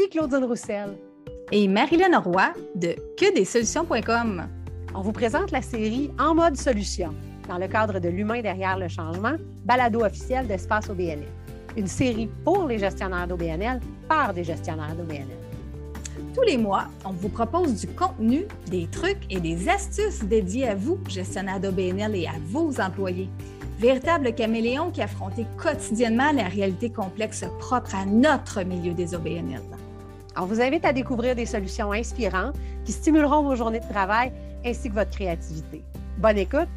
Ici Claudine Roussel. Et Marilyn Roy de quedessolutions.com. On vous présente la série En mode solution, dans le cadre de l'humain derrière le changement, balado officiel d'Espace OBNL. Une série pour les gestionnaires d'OBNL par des gestionnaires d'OBNL. Tous les mois, on vous propose du contenu, des trucs et des astuces dédiés à vous, gestionnaires d'OBNL, et à vos employés. Véritables caméléons qui affrontent quotidiennement la réalité complexe propre à notre milieu des OBNL. On vous invite à découvrir des solutions inspirantes qui stimuleront vos journées de travail ainsi que votre créativité. Bonne écoute!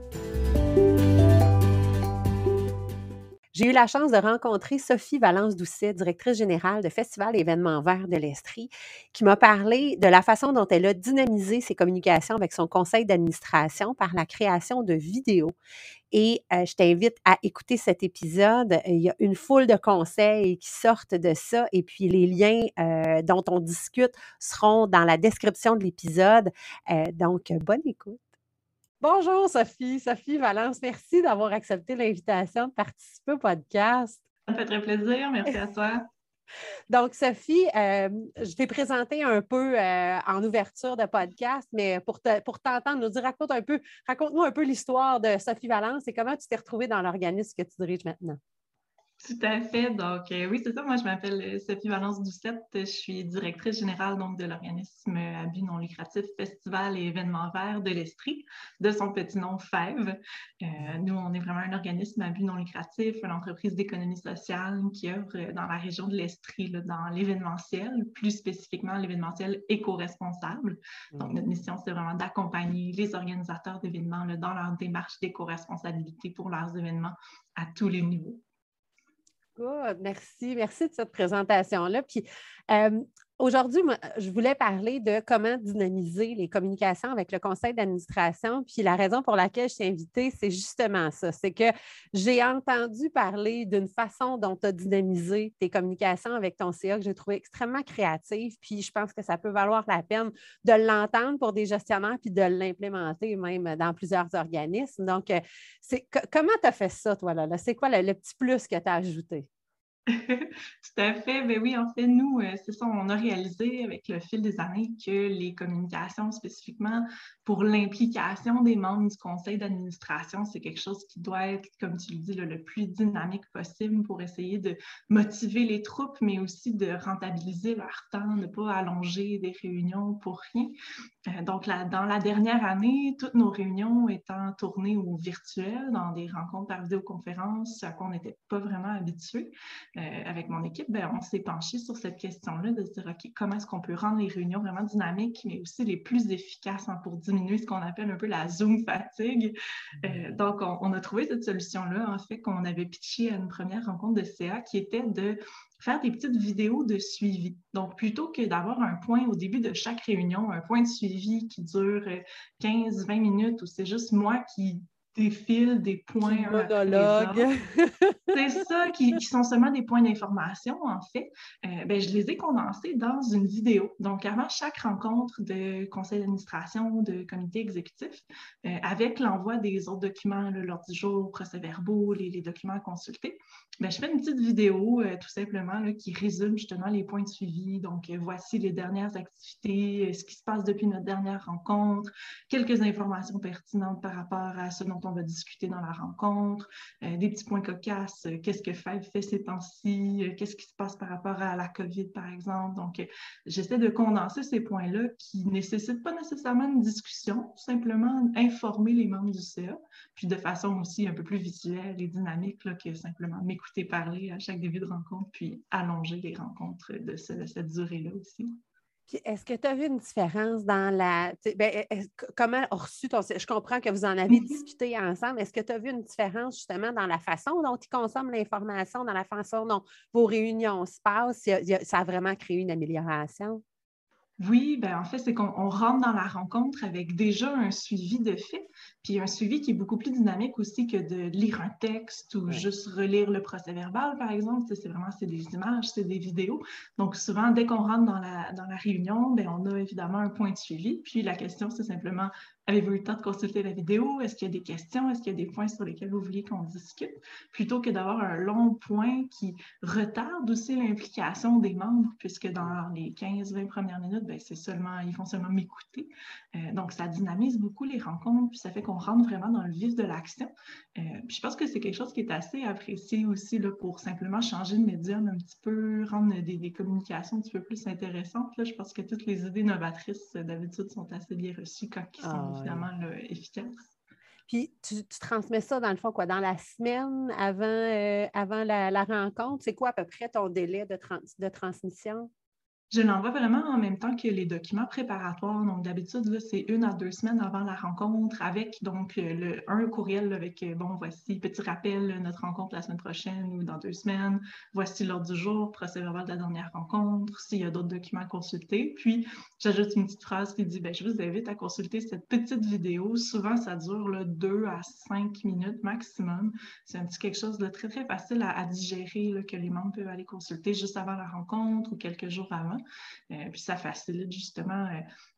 J'ai eu la chance de rencontrer Sophie Valence-Doucet, directrice générale de Festival Événements Verts de l'Estrie, qui m'a parlé de la façon dont elle a dynamisé ses communications avec son conseil d'administration par la création de vidéos. Et je t'invite à écouter cet épisode. Il y a une foule de conseils qui sortent de ça et puis les liens dont on discute seront dans la description de l'épisode. Donc, bonne écoute. Bonjour Sophie Valence, merci d'avoir accepté l'invitation de participer au podcast. Ça me fait très plaisir, merci à toi. Donc Sophie, je t'ai présenté un peu en ouverture de podcast, mais pour t'entendre nous dire, raconte-nous un peu l'histoire de Sophie Valence et comment tu t'es retrouvée dans l'organisme que tu diriges maintenant. Tout à fait. Donc, oui, c'est ça. Moi, je m'appelle Sophie Valence-Doucette. Je suis directrice générale donc, de l'organisme à but non lucratif Festival et Événements Verts de l'Estrie, de son petit nom FEV. Nous, on est vraiment un organisme à but non lucratif, une entreprise d'économie sociale qui œuvre dans la région de l'Estrie, là, dans l'événementiel, plus spécifiquement l'événementiel éco-responsable. Donc, notre mission, c'est vraiment d'accompagner les organisateurs d'événements là, dans leur démarche d'éco-responsabilité pour leurs événements à tous les niveaux. Good. Merci de cette présentation-là. Puis aujourd'hui, moi, je voulais parler de comment dynamiser les communications avec le conseil d'administration. Puis la raison pour laquelle je t'ai invitée, c'est justement ça. C'est que j'ai entendu parler d'une façon dont tu as dynamisé tes communications avec ton CA que j'ai trouvé extrêmement créative. Puis je pense que ça peut valoir la peine de l'entendre pour des gestionnaires puis de l'implémenter même dans plusieurs organismes. Donc, comment tu as fait ça, toi, là? C'est quoi le petit plus que tu as ajouté? Tout à fait. Ben oui, en fait, nous, c'est ça, on a réalisé avec le fil des années que les communications, spécifiquement pour l'implication des membres du conseil d'administration, c'est quelque chose qui doit être, comme tu le dis, le plus dynamique possible pour essayer de motiver les troupes, mais aussi de rentabiliser leur temps, ne pas allonger des réunions pour rien. Donc, dans la dernière année, toutes nos réunions étant tournées au virtuel, dans des rencontres par vidéoconférence, à quoi on n'était pas vraiment habitués. Avec mon équipe, on s'est penché sur cette question-là de se dire, OK, comment est-ce qu'on peut rendre les réunions vraiment dynamiques, mais aussi les plus efficaces pour diminuer ce qu'on appelle un peu la Zoom fatigue. Donc, on a trouvé cette solution-là, en fait, qu'on avait pitché à une première rencontre de CA, qui était de faire des petites vidéos de suivi. Donc, plutôt que d'avoir un point au début de chaque réunion, un point de suivi qui dure 15-20 minutes, où c'est juste moi qui défile des points. Monologue. C'est ça, qui sont seulement des points d'information, en fait. Je les ai condensés dans une vidéo. Donc, avant chaque rencontre de conseil d'administration, de comité exécutif, avec l'envoi des autres documents, l'ordre du jour, procès-verbaux, les documents à consulter, je fais une petite vidéo, tout simplement, là, qui résume justement les points de suivi. Donc, voici les dernières activités, ce qui se passe depuis notre dernière rencontre, quelques informations pertinentes par rapport à ce dont on va discuter dans la rencontre, des petits points cocasses, qu'est-ce que FEV fait ces temps-ci, qu'est-ce qui se passe par rapport à la COVID, par exemple. Donc, j'essaie de condenser ces points-là qui ne nécessitent pas nécessairement une discussion, simplement informer les membres du CA, puis de façon aussi un peu plus visuelle et dynamique là, que simplement m'écouter parler à chaque début de rencontre, puis allonger les rencontres de cette durée-là aussi. Puis est-ce que tu as vu une différence dans comment on reçu ton... Je comprends que vous en avez discuté ensemble. Est-ce que tu as vu une différence justement dans la façon dont ils consomment l'information, dans la façon dont vos réunions se passent? Ça a vraiment créé une amélioration? Oui, en fait, c'est qu'on rentre dans la rencontre avec déjà un suivi de fait. Puis un suivi qui est beaucoup plus dynamique aussi que de lire un texte ou Ouais. juste relire le procès-verbal, par exemple. C'est des images, c'est des vidéos. Donc souvent, dès qu'on rentre dans la réunion, bien, on a évidemment un point de suivi. Puis la question, c'est simplement, avez-vous eu le temps de consulter la vidéo? Est-ce qu'il y a des questions? Est-ce qu'il y a des points sur lesquels vous vouliez qu'on discute? Plutôt que d'avoir un long point qui retarde aussi l'implication des membres, puisque dans les 15-20 premières minutes, bien, ils font seulement m'écouter. Donc, ça dynamise beaucoup les rencontres, puis ça fait qu'on rentre vraiment dans le vif de l'action. Puis je pense que c'est quelque chose qui est assez apprécié aussi là, pour simplement changer de médium un petit peu, rendre des communications un petit peu plus intéressantes. Là. Je pense que toutes les idées novatrices, d'habitude, sont assez bien reçues quand ils sont évidemment là, efficaces. Puis, tu transmets ça, dans le fond, quoi, dans la semaine avant la rencontre? C'est quoi à peu près ton délai de transmission? Je l'envoie vraiment en même temps que les documents préparatoires. Donc, d'habitude, là, c'est 1 à 2 semaines avant la rencontre avec donc un courriel avec, bon, voici, petit rappel, notre rencontre la semaine prochaine ou dans 2 semaines. Voici l'ordre du jour, procès-verbal de la dernière rencontre, s'il y a d'autres documents à consulter. Puis, j'ajoute une petite phrase qui dit, bien, je vous invite à consulter cette petite vidéo. Souvent, ça dure là, 2 à 5 minutes maximum. C'est un petit quelque chose de très, très facile à digérer là, que les membres peuvent aller consulter juste avant la rencontre ou quelques jours avant. Puis ça facilite justement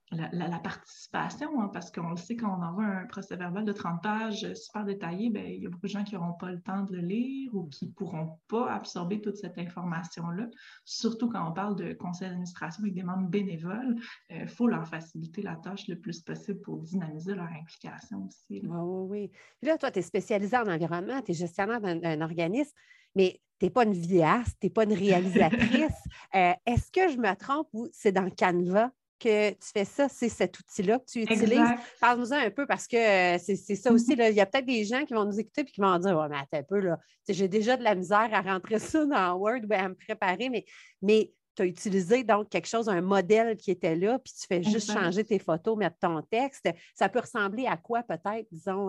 la participation, hein, parce qu'on le sait, quand on envoie un procès-verbal de 30 pages super détaillé, bien, il y a beaucoup de gens qui n'auront pas le temps de le lire ou qui ne pourront pas absorber toute cette information-là. Surtout quand on parle de conseil d'administration avec des membres bénévoles, il faut leur faciliter la tâche le plus possible pour dynamiser leur implication aussi. Oui, oui, oui. Puis là, toi, tu es spécialisée en environnement, tu es gestionnaire d'un organisme, mais tu n'es pas une vidéaste, tu n'es pas une réalisatrice. Est-ce que je me trompe ou c'est dans Canva que tu fais ça? C'est cet outil-là que tu utilises? Exact. Parle-nous-en un peu parce que c'est ça aussi. Là, il y a peut-être des gens qui vont nous écouter et qui vont dire ouais, mais attends un peu, là. J'ai déjà de la misère à rentrer ça dans Word ou à me préparer, mais tu as utilisé donc quelque chose, un modèle qui était là, puis tu fais juste changer tes photos, mettre ton texte. Ça peut ressembler à quoi peut-être, disons,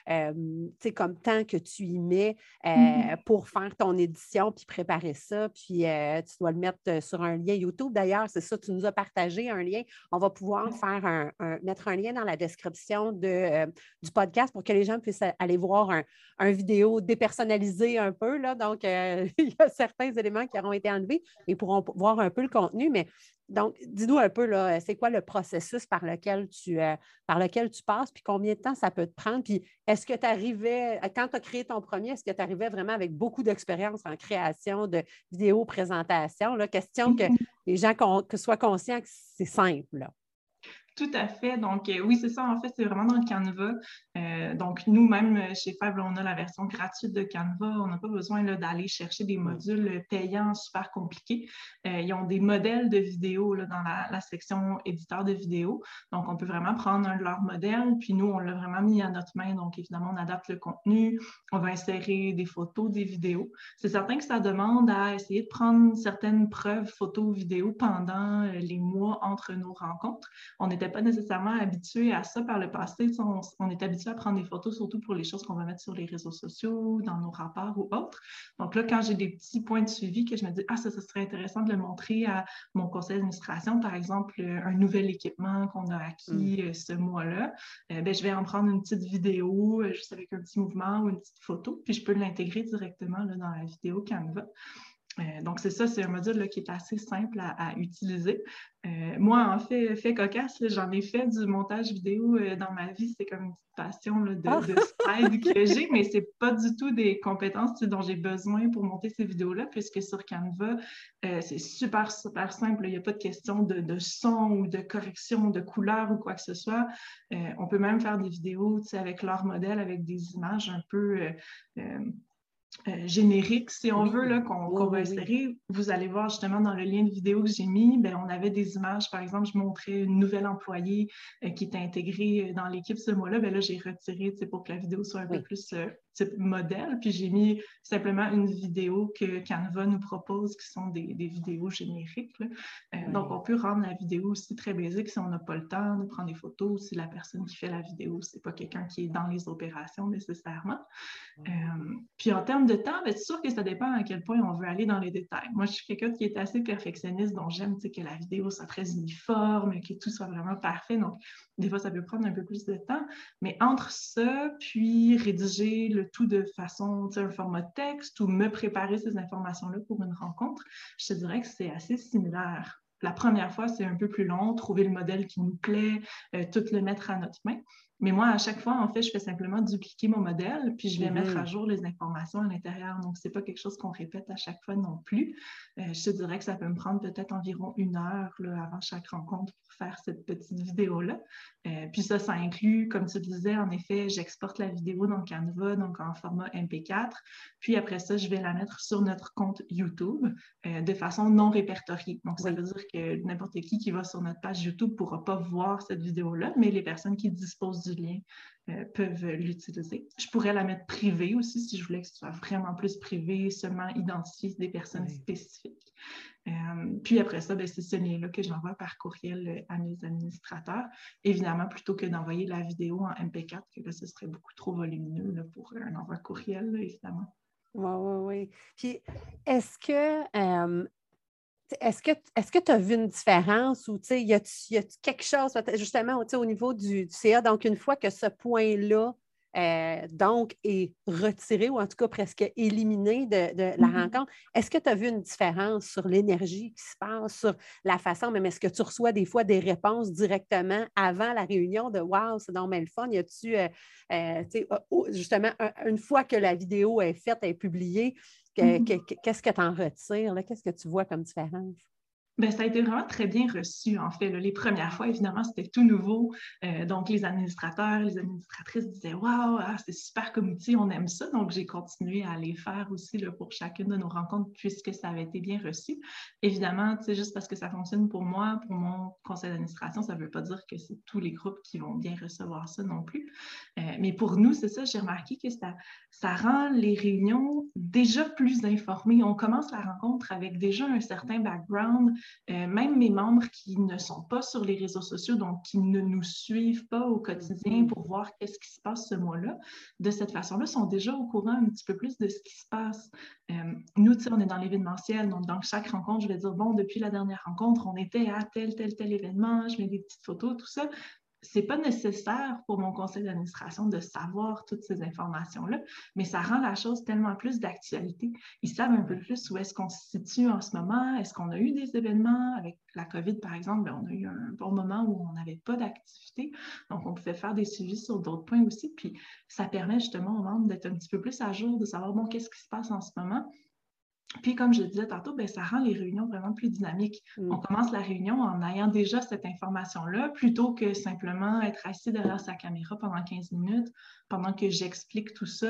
comme temps que tu y mets pour faire ton édition, puis préparer ça, puis tu dois le mettre sur un lien YouTube. D'ailleurs, c'est ça, tu nous as partagé un lien. On va pouvoir faire mettre un lien dans la description du podcast pour que les gens puissent aller voir un vidéo dépersonnalisé un peu. Là. Donc, il y a certains éléments qui auront été enlevés, mais ils pourront voir un peu le contenu. Mais donc, dis-nous un peu, là, c'est quoi le processus par lequel tu passes, puis combien de temps ça peut te prendre? Puis est-ce que tu arrivais, quand tu as créé ton premier, est-ce que tu arrivais vraiment avec beaucoup d'expérience en création de vidéos, présentations? Là, question que les gens soient conscients que c'est simple. Là. Tout à fait. Donc, oui, c'est ça. En fait, c'est vraiment dans Canva. Donc, nous-mêmes, chez Fable, on a la version gratuite de Canva. On n'a pas besoin d'aller chercher des modules payants super compliqués. Ils ont des modèles de vidéos là, dans la section éditeur de vidéos. Donc, on peut vraiment prendre un de leurs modèles. Puis, nous, on l'a vraiment mis à notre main. Donc, évidemment, on adapte le contenu. On va insérer des photos, des vidéos. C'est certain que ça demande à essayer de prendre certaines preuves photos, vidéos pendant les mois entre nos rencontres. On n'était pas nécessairement habitué à ça par le passé. On est habitué à prendre des photos, surtout pour les choses qu'on va mettre sur les réseaux sociaux, dans nos rapports ou autres. Donc là, quand j'ai des petits points de suivi que je me dis, ça serait intéressant de le montrer à mon conseil d'administration, par exemple, un nouvel équipement qu'on a acquis ce mois-là, je vais en prendre une petite vidéo, juste avec un petit mouvement ou une petite photo, puis je peux l'intégrer directement là, dans la vidéo Canva. Donc, c'est ça, c'est un module là, qui est assez simple à utiliser. Moi, en fait cocasse, là, j'en ai fait du montage vidéo dans ma vie. C'est comme une petite passion là, de side que j'ai, mais c'est pas du tout des compétences dont j'ai besoin pour monter ces vidéos-là, puisque sur Canva, c'est super, super simple. Il n'y a pas de question de son ou de correction de couleur ou quoi que ce soit. On peut même faire des vidéos avec leur modèle, avec des images un peu... générique, si on veut, là, qu'on va insérer. Vous allez voir justement dans le lien de vidéo que j'ai mis, on avait des images. Par exemple, je montrais une nouvelle employée qui était intégrée dans l'équipe ce mois-là. Là, j'ai retiré pour que la vidéo soit un peu plus type modèle. Puis j'ai mis simplement une vidéo que Canva nous propose qui sont des vidéos génériques. Donc, on peut rendre la vidéo aussi très basique si on n'a pas le temps de prendre des photos, si la personne qui fait la vidéo, c'est pas quelqu'un qui est dans les opérations nécessairement. Puis en termes de temps, c'est sûr que ça dépend à quel point on veut aller dans les détails. Moi, je suis quelqu'un qui est assez perfectionniste, donc j'aime que la vidéo soit très uniforme, que tout soit vraiment parfait. Donc, des fois, ça peut prendre un peu plus de temps. Mais entre ça, puis rédiger le tout de façon, un format texte ou me préparer ces informations-là pour une rencontre, je te dirais que c'est assez similaire. La première fois, c'est un peu plus long, trouver le modèle qui nous plaît, tout le mettre à notre main. Mais moi, à chaque fois, en fait, je fais simplement dupliquer mon modèle, puis je vais mettre à jour les informations à l'intérieur. Donc, ce n'est pas quelque chose qu'on répète à chaque fois non plus. Je te dirais que ça peut me prendre peut-être environ 1 heure là, avant chaque rencontre pour faire cette petite vidéo-là. Puis ça inclut, comme tu le disais, en effet, j'exporte la vidéo dans Canva, donc en format MP4. Puis après ça, je vais la mettre sur notre compte YouTube de façon non répertoriée. Donc, ça veut dire que n'importe qui va sur notre page YouTube ne pourra pas voir cette vidéo-là, mais les personnes qui disposent du lien peuvent l'utiliser. Je pourrais la mettre privée aussi si je voulais que ce soit vraiment plus privé, seulement identifier des personnes spécifiques. Puis après ça, c'est ce lien-là que j'envoie par courriel à mes administrateurs. Évidemment, plutôt que d'envoyer la vidéo en MP4, que là, ce serait beaucoup trop volumineux là, pour un envoi courriel, là, évidemment. Oui. Puis, est-ce que tu as vu une différence ou y a-t-il quelque chose, justement, au niveau du CA? Donc, une fois que ce point-là donc est retiré ou en tout cas presque éliminé de la rencontre, est-ce que tu as vu une différence sur l'énergie qui se passe, sur la façon, même est-ce que tu reçois des fois des réponses directement avant la réunion de « Wow, c'est donc bien le fun ». Y a-tu, justement, une fois que la vidéo est faite, est publiée, qu'est-ce que tu en retires? Qu'est-ce que tu vois comme différence? Ça a été vraiment très bien reçu, en fait. Là. Les premières fois, évidemment, c'était tout nouveau. Donc, les administrateurs, les administratrices disaient « Wow, c'est super comme outil, on aime ça ». Donc, j'ai continué à les faire aussi là, pour chacune de nos rencontres puisque ça avait été bien reçu. Évidemment, juste parce que ça fonctionne pour moi, pour mon conseil d'administration, ça ne veut pas dire que c'est tous les groupes qui vont bien recevoir ça non plus. Mais pour nous, c'est ça, j'ai remarqué que ça rend les réunions déjà plus informées. On commence la rencontre avec déjà un certain background. Même mes membres qui ne sont pas sur les réseaux sociaux, donc qui ne nous suivent pas au quotidien pour voir qu'est-ce qui se passe ce mois-là, de cette façon-là, sont déjà au courant un petit peu plus de ce qui se passe. Nous, on est dans l'événementiel, donc dans chaque rencontre, je vais dire, bon, depuis la dernière rencontre, on était à tel événement, je mets des petites photos, tout ça. C'est pas nécessaire pour mon conseil d'administration de savoir toutes ces informations-là, mais ça rend la chose tellement plus d'actualité. Ils savent un peu plus où est-ce qu'on se situe en ce moment. Est-ce qu'on a eu des événements? Avec la COVID, par exemple, on a eu un bon moment où on n'avait pas d'activité. Donc, on pouvait faire des suivis sur d'autres points aussi. Puis, ça permet justement aux membres d'être un petit peu plus à jour, de savoir, bon, qu'est-ce qui se passe en ce moment? Puis, comme je le disais tantôt, ça rend les réunions vraiment plus dynamiques. On commence la réunion en ayant déjà cette information-là, plutôt que simplement être assis derrière sa caméra pendant 15 minutes, pendant que j'explique tout ça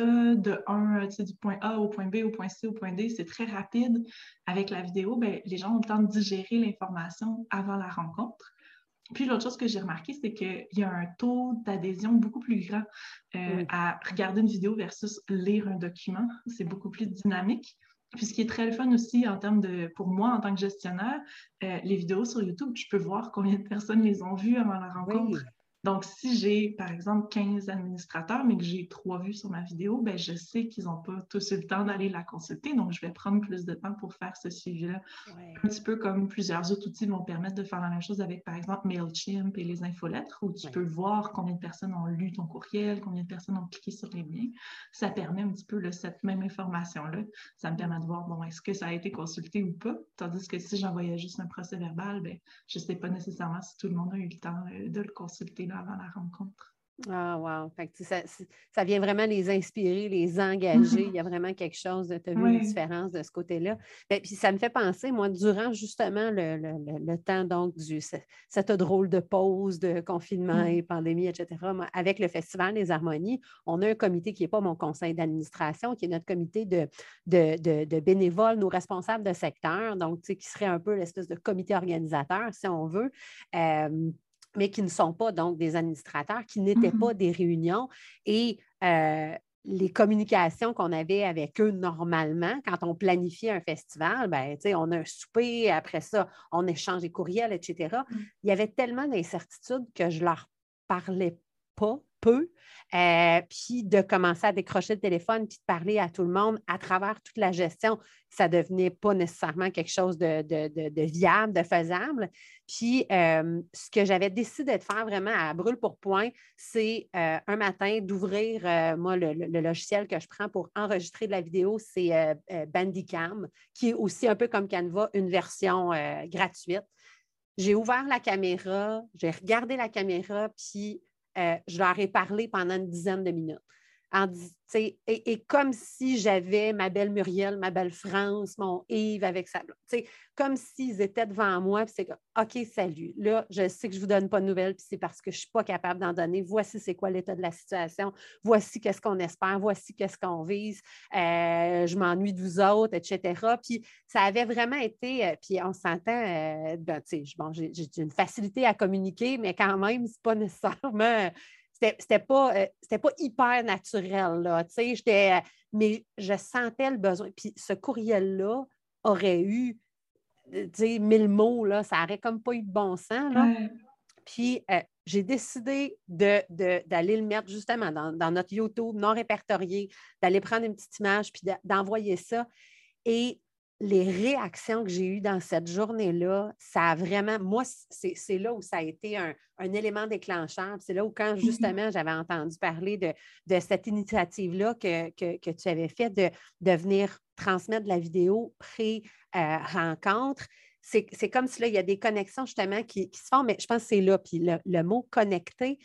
du point A au point B, au point C, au point D. C'est très rapide. Avec la vidéo, les gens ont le temps de digérer l'information avant la rencontre. Puis l'autre chose que j'ai remarqué, c'est qu'il y a un taux d'adhésion beaucoup plus grand à regarder une vidéo versus lire un document. C'est beaucoup plus dynamique. Puis ce qui est très fun aussi en termes de, pour moi en tant que gestionnaire, les vidéos sur YouTube, je peux voir combien de personnes les ont vues avant la rencontre. Donc, si j'ai, par exemple, 15 administrateurs, mais que j'ai 3 vues sur ma vidéo, je sais qu'ils n'ont pas tous eu le temps d'aller la consulter. Donc, je vais prendre plus de temps pour faire ce suivi-là. Un petit peu comme plusieurs autres outils vont permettre de faire la même chose avec, par exemple, MailChimp et les infolettres, où tu peux voir combien de personnes ont lu ton courriel, combien de personnes ont cliqué sur les liens. Ça permet un petit peu cette même information-là. Ça me permet de voir, bon, est-ce que ça a été consulté ou pas? Tandis que si j'envoyais juste un procès-verbal, je ne sais pas nécessairement si tout le monde a eu le temps de le consulter là, avant la rencontre. Ah, wow! Fait que, ça vient vraiment les inspirer, les engager. Il y a vraiment quelque chose de... Tu as vu une différence de ce côté-là. Puis ça me fait penser, moi, durant justement le temps donc cette drôle de pause de confinement et pandémie, etc., moi, avec le Festival des Harmonies, on a un comité qui n'est pas mon conseil d'administration, qui est notre comité de bénévoles, nos responsables de secteur, donc qui serait un peu l'espèce de comité organisateur, si on veut. Mais qui ne sont pas donc des administrateurs, qui n'étaient pas des réunions. Et les communications qu'on avait avec eux normalement, quand on planifiait un festival, on a un souper, après ça, on échange des courriels, etc. Il y avait tellement d'incertitudes que je ne leur parlais pas peu, puis de commencer à décrocher le téléphone puis de parler à tout le monde à travers toute la gestion, ça ne devenait pas nécessairement quelque chose de viable, de faisable. Puis, ce que j'avais décidé de faire vraiment à brûle pour point, c'est un matin d'ouvrir, moi, le logiciel que je prends pour enregistrer de la vidéo, c'est Bandicam, qui est aussi un peu comme Canva, une version gratuite. J'ai ouvert la caméra, j'ai regardé la caméra, puis je leur ai parlé pendant une dizaine de minutes. Et comme si j'avais ma belle Muriel, ma belle France, mon Yves avec sa blonde. Comme s'ils étaient devant moi, puis c'est comme OK, salut. Là, je sais que je ne vous donne pas de nouvelles, puis c'est parce que je ne suis pas capable d'en donner. Voici c'est quoi l'état de la situation. Voici qu'est-ce qu'on espère. Voici qu'est-ce qu'on vise. Je m'ennuie de vous autres, etc. Puis ça avait vraiment été, puis on s'entend, j'ai une facilité à communiquer, mais quand même, c'est pas nécessairement. C'était pas hyper naturel, là, mais je sentais le besoin. Puis ce courriel-là aurait eu, 1000 mots, là, ça n'aurait comme pas eu de bon sens, là. Ouais. Puis j'ai décidé d'aller le mettre justement dans notre YouTube non répertorié, d'aller prendre une petite image puis d'envoyer ça. Et les réactions que j'ai eues dans cette journée-là, ça a vraiment, moi, c'est là où ça a été un élément déclencheur. C'est là où, quand justement j'avais entendu parler de cette initiative-là que tu avais fait de venir transmettre de la vidéo pré-rencontre, c'est comme si là, il y a des connexions justement qui se font, mais je pense que c'est là. Puis le mot connecté,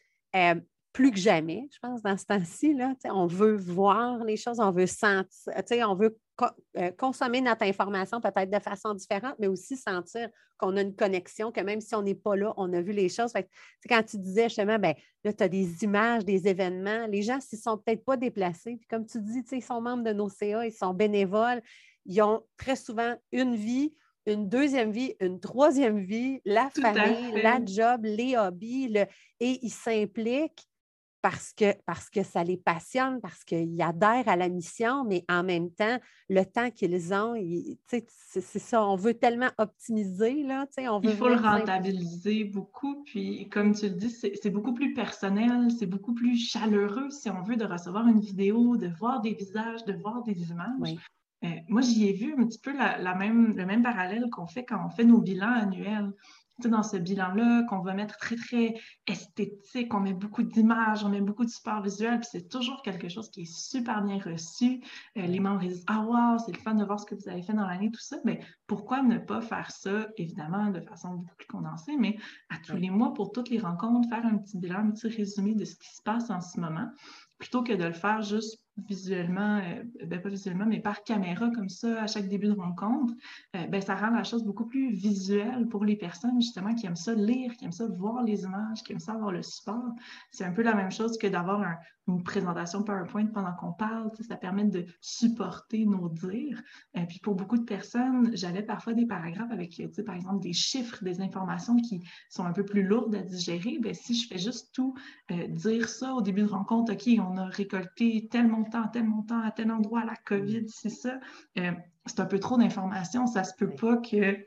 plus que jamais, je pense, dans ce temps-ci, là, on veut voir les choses, on veut sentir, on veut consommer notre information peut-être de façon différente, mais aussi sentir qu'on a une connexion, que même si on n'est pas là, on a vu les choses. Fait que, quand tu disais justement, ben, là, tu as des images, des événements, les gens, s'ils ne sont peut-être pas déplacés, puis comme tu dis, ils sont membres de nos CA, ils sont bénévoles, ils ont très souvent une vie, une deuxième vie, une troisième vie, la Tout à famille, fait. la job, les hobbies, et ils s'impliquent parce que ça les passionne, parce qu'ils adhèrent à la mission, mais en même temps, le temps qu'ils ont, c'est ça, on veut tellement optimiser, là, on veut Il faut le venir rentabiliser beaucoup. Puis, comme tu le dis, c'est beaucoup plus personnel, c'est beaucoup plus chaleureux, si on veut, de recevoir une vidéo, de voir des visages, de voir des images. Oui. Moi, j'y ai vu un petit peu le même parallèle qu'on fait quand on fait nos bilans annuels. Tu sais, dans ce bilan-là, qu'on va mettre très, très esthétique, on met beaucoup d'images, on met beaucoup de support visuel, puis c'est toujours quelque chose qui est super bien reçu. Les membres ils disent « Ah, wow, c'est le fun de voir ce que vous avez fait dans l'année, tout ça. » Mais pourquoi ne pas faire ça, évidemment, de façon beaucoup plus condensée, mais à tous les mois, pour toutes les rencontres, faire un petit bilan, un petit résumé de ce qui se passe en ce moment, plutôt que de le faire juste visuellement, pas visuellement, mais par caméra comme ça à chaque début de rencontre, ça rend la chose beaucoup plus visuelle pour les personnes justement qui aiment ça lire, qui aiment ça voir les images, qui aiment ça avoir le support. C'est un peu la même chose que d'avoir une présentation PowerPoint pendant qu'on parle. Ça permet de supporter nos dires. Puis pour beaucoup de personnes, j'avais parfois des paragraphes avec, par exemple, des chiffres, des informations qui sont un peu plus lourdes à digérer. Bien, si je fais juste tout dire ça au début de rencontre, OK, on a récolté tel montant, à tel endroit, la COVID, c'est ça. C'est un peu trop d'informations. Ça se peut pas que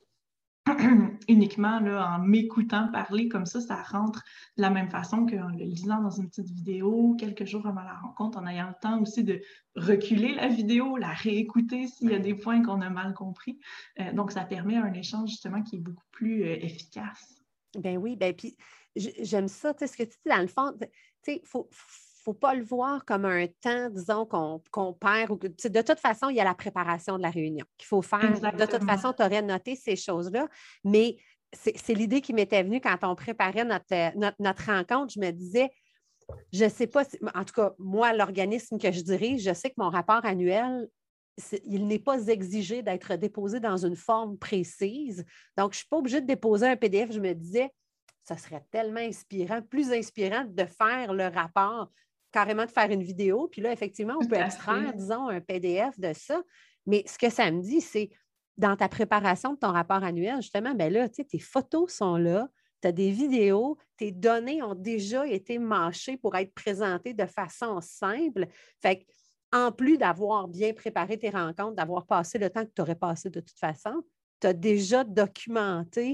uniquement là, en m'écoutant parler comme ça rentre de la même façon qu'en le lisant dans une petite vidéo quelques jours avant la rencontre, en ayant le temps aussi de reculer la vidéo, la réécouter s'il y a des points qu'on a mal compris. Donc, ça permet un échange justement qui est beaucoup plus efficace. Ben oui, ben puis j'aime ça, tu sais, ce que tu dis dans le fond, tu sais, faut pas le voir comme un temps, disons, qu'on perd. Ou que, de toute façon, il y a la préparation de la réunion qu'il faut faire. Exactement. De toute façon, tu aurais noté ces choses-là, mais c'est l'idée qui m'était venue quand on préparait notre rencontre. Je me disais, je ne sais pas, en tout cas, moi, l'organisme que je dirige, je sais que mon rapport annuel, il n'est pas exigé d'être déposé dans une forme précise. Donc, je ne suis pas obligée de déposer un PDF. Je me disais, ça serait tellement inspirant, plus inspirant de faire le rapport, carrément de faire une vidéo. Puis là, effectivement, on peut extraire, disons, un PDF de ça. Mais ce que ça me dit, c'est dans ta préparation de ton rapport annuel, justement, bien là, tu sais, tes photos sont là, tu as des vidéos, tes données ont déjà été mâchées pour être présentées de façon simple. Fait que, en plus d'avoir bien préparé tes rencontres, d'avoir passé le temps que tu aurais passé de toute façon, tu as déjà documenté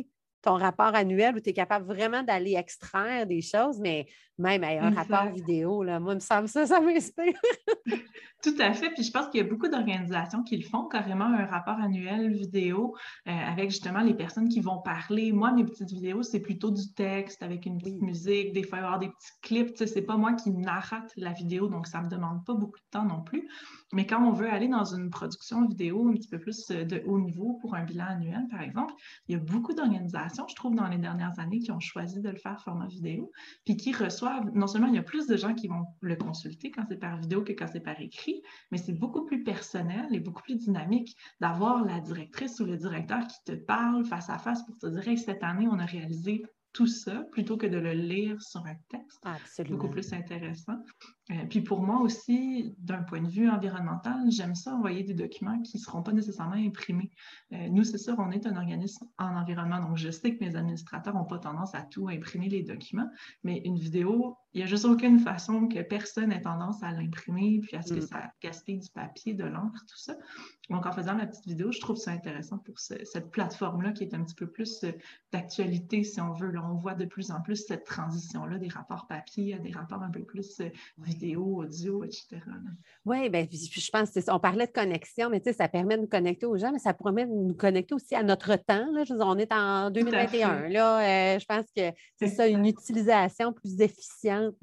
ton rapport annuel où tu es capable vraiment d'aller extraire des choses, mais même un rapport vidéo, là, moi, il me semble ça m'inspire. Tout à fait. Puis je pense qu'il y a beaucoup d'organisations qui le font, carrément un rapport annuel vidéo avec justement les personnes qui vont parler. Moi, mes petites vidéos, c'est plutôt du texte avec une petite musique. Des fois, il va y avoir des petits clips. Tu sais, c'est pas moi qui narrate la vidéo, donc ça me demande pas beaucoup de temps non plus. Mais quand on veut aller dans une production vidéo un petit peu plus de haut niveau pour un bilan annuel, par exemple, il y a beaucoup d'organisations, je trouve, dans les dernières années qui ont choisi de le faire format vidéo, puis qui reçoivent, non seulement il y a plus de gens qui vont le consulter quand c'est par vidéo que quand c'est par écrit, mais c'est beaucoup plus personnel et beaucoup plus dynamique d'avoir la directrice ou le directeur qui te parle face à face pour te dire hey, cette année, on a réalisé tout ça plutôt que de le lire sur un texte. Absolument. Beaucoup plus intéressant. Puis pour moi aussi, d'un point de vue environnemental, j'aime ça envoyer des documents qui ne seront pas nécessairement imprimés. Nous, c'est sûr, on est un organisme en environnement, donc je sais que mes administrateurs n'ont pas tendance à tout imprimer les documents, mais une vidéo, il n'y a juste aucune façon que personne ait tendance à l'imprimer, puis à ce que ça gaspille du papier, de l'encre, tout ça. Donc en faisant ma petite vidéo, je trouve ça intéressant pour cette plateforme-là qui est un petit peu plus d'actualité, si on veut. Là, on voit de plus en plus cette transition-là des rapports papier à des rapports un peu plus vidéo, audio, etc. Oui, bien, je pense on parlait de connexion, mais tu sais, ça permet de nous connecter aux gens, mais ça permet de nous connecter aussi à notre temps. Là. Je veux dire, on est en 2021. Là, je pense que c'est ça, une utilisation plus efficiente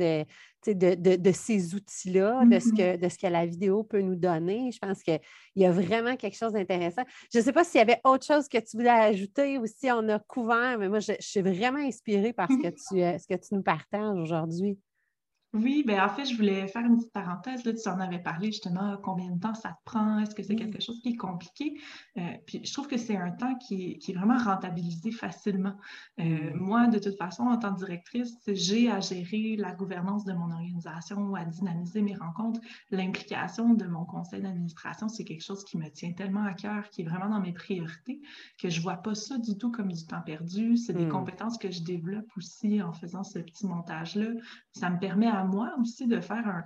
de ces outils-là, de ce que la vidéo peut nous donner. Je pense qu'il y a vraiment quelque chose d'intéressant. Je ne sais pas s'il y avait autre chose que tu voulais ajouter ou si on a couvert, mais moi, je suis vraiment inspirée par ce que tu nous partages aujourd'hui. Oui, bien en fait, je voulais faire une petite parenthèse. Là, tu en avais parlé justement, combien de temps ça te prend? Est-ce que c'est quelque chose qui est compliqué? Puis je trouve que c'est un temps qui est vraiment rentabilisé facilement. Moi, de toute façon, en tant que directrice, j'ai à gérer la gouvernance de mon organisation, à dynamiser mes rencontres. L'implication de mon conseil d'administration, c'est quelque chose qui me tient tellement à cœur, qui est vraiment dans mes priorités, que je ne vois pas ça du tout comme du temps perdu. C'est des compétences que je développe aussi en faisant ce petit montage-là. Ça me permet à moi aussi de faire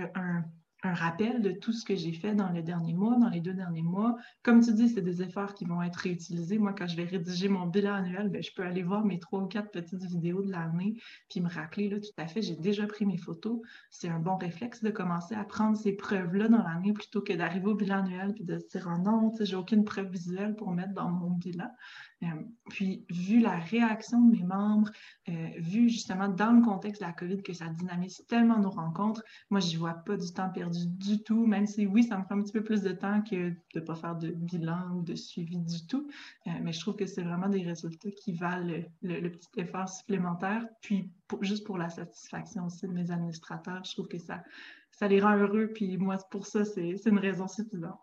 un rappel de tout ce que j'ai fait dans le dernier mois, dans les 2 derniers mois. Comme tu dis, c'est des efforts qui vont être réutilisés. Moi, quand je vais rédiger mon bilan annuel, bien, je peux aller voir mes 3 ou 4 petites vidéos de l'année puis me rappeler, là, tout à fait, j'ai déjà pris mes photos. C'est un bon réflexe de commencer à prendre ces preuves-là dans l'année plutôt que d'arriver au bilan annuel puis de se dire « Oh non, j'ai aucune preuve visuelle pour mettre dans mon bilan. » Puis, vu la réaction de mes membres, vu justement dans le contexte de la COVID que ça dynamise tellement nos rencontres, moi, je n'y vois pas du temps perdu du tout, même si oui, ça me prend un petit peu plus de temps que de ne pas faire de bilan ou de suivi du tout. Mais je trouve que c'est vraiment des résultats qui valent le petit effort supplémentaire. Puis, juste pour la satisfaction aussi de mes administrateurs, je trouve que ça les rend heureux. Puis moi, pour ça, c'est une raison suffisante.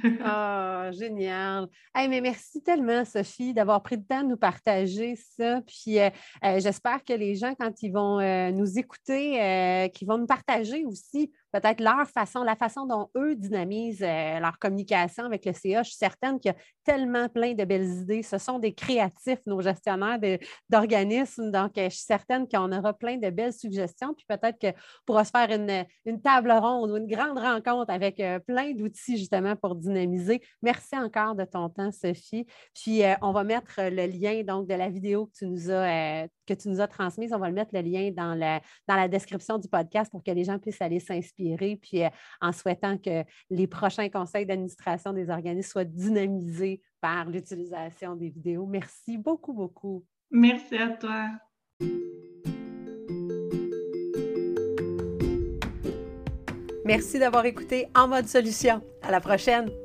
Ah, génial. Hey, mais merci tellement, Sophie, d'avoir pris le temps de nous partager ça. Puis j'espère que les gens, quand ils vont nous écouter, qu'ils vont nous partager aussi peut-être la façon dont eux dynamisent leur communication avec le CA. Je suis certaine qu'il y a tellement plein de belles idées. Ce sont des créatifs, nos gestionnaires d'organismes. Donc, je suis certaine qu'on aura plein de belles suggestions. Puis peut-être qu'on pourra se faire une table ronde ou une grande rencontre avec plein d'outils justement pour dynamiser. Merci encore de ton temps, Sophie. Puis, on va mettre le lien donc, de la vidéo que tu nous as transmise. On va le mettre le lien dans la description du podcast pour que les gens puissent aller s'inspirer. Puis, en souhaitant que les prochains conseils d'administration des organismes soient dynamisés par l'utilisation des vidéos. Merci beaucoup, beaucoup. Merci à toi. Merci d'avoir écouté En mode solution. À la prochaine!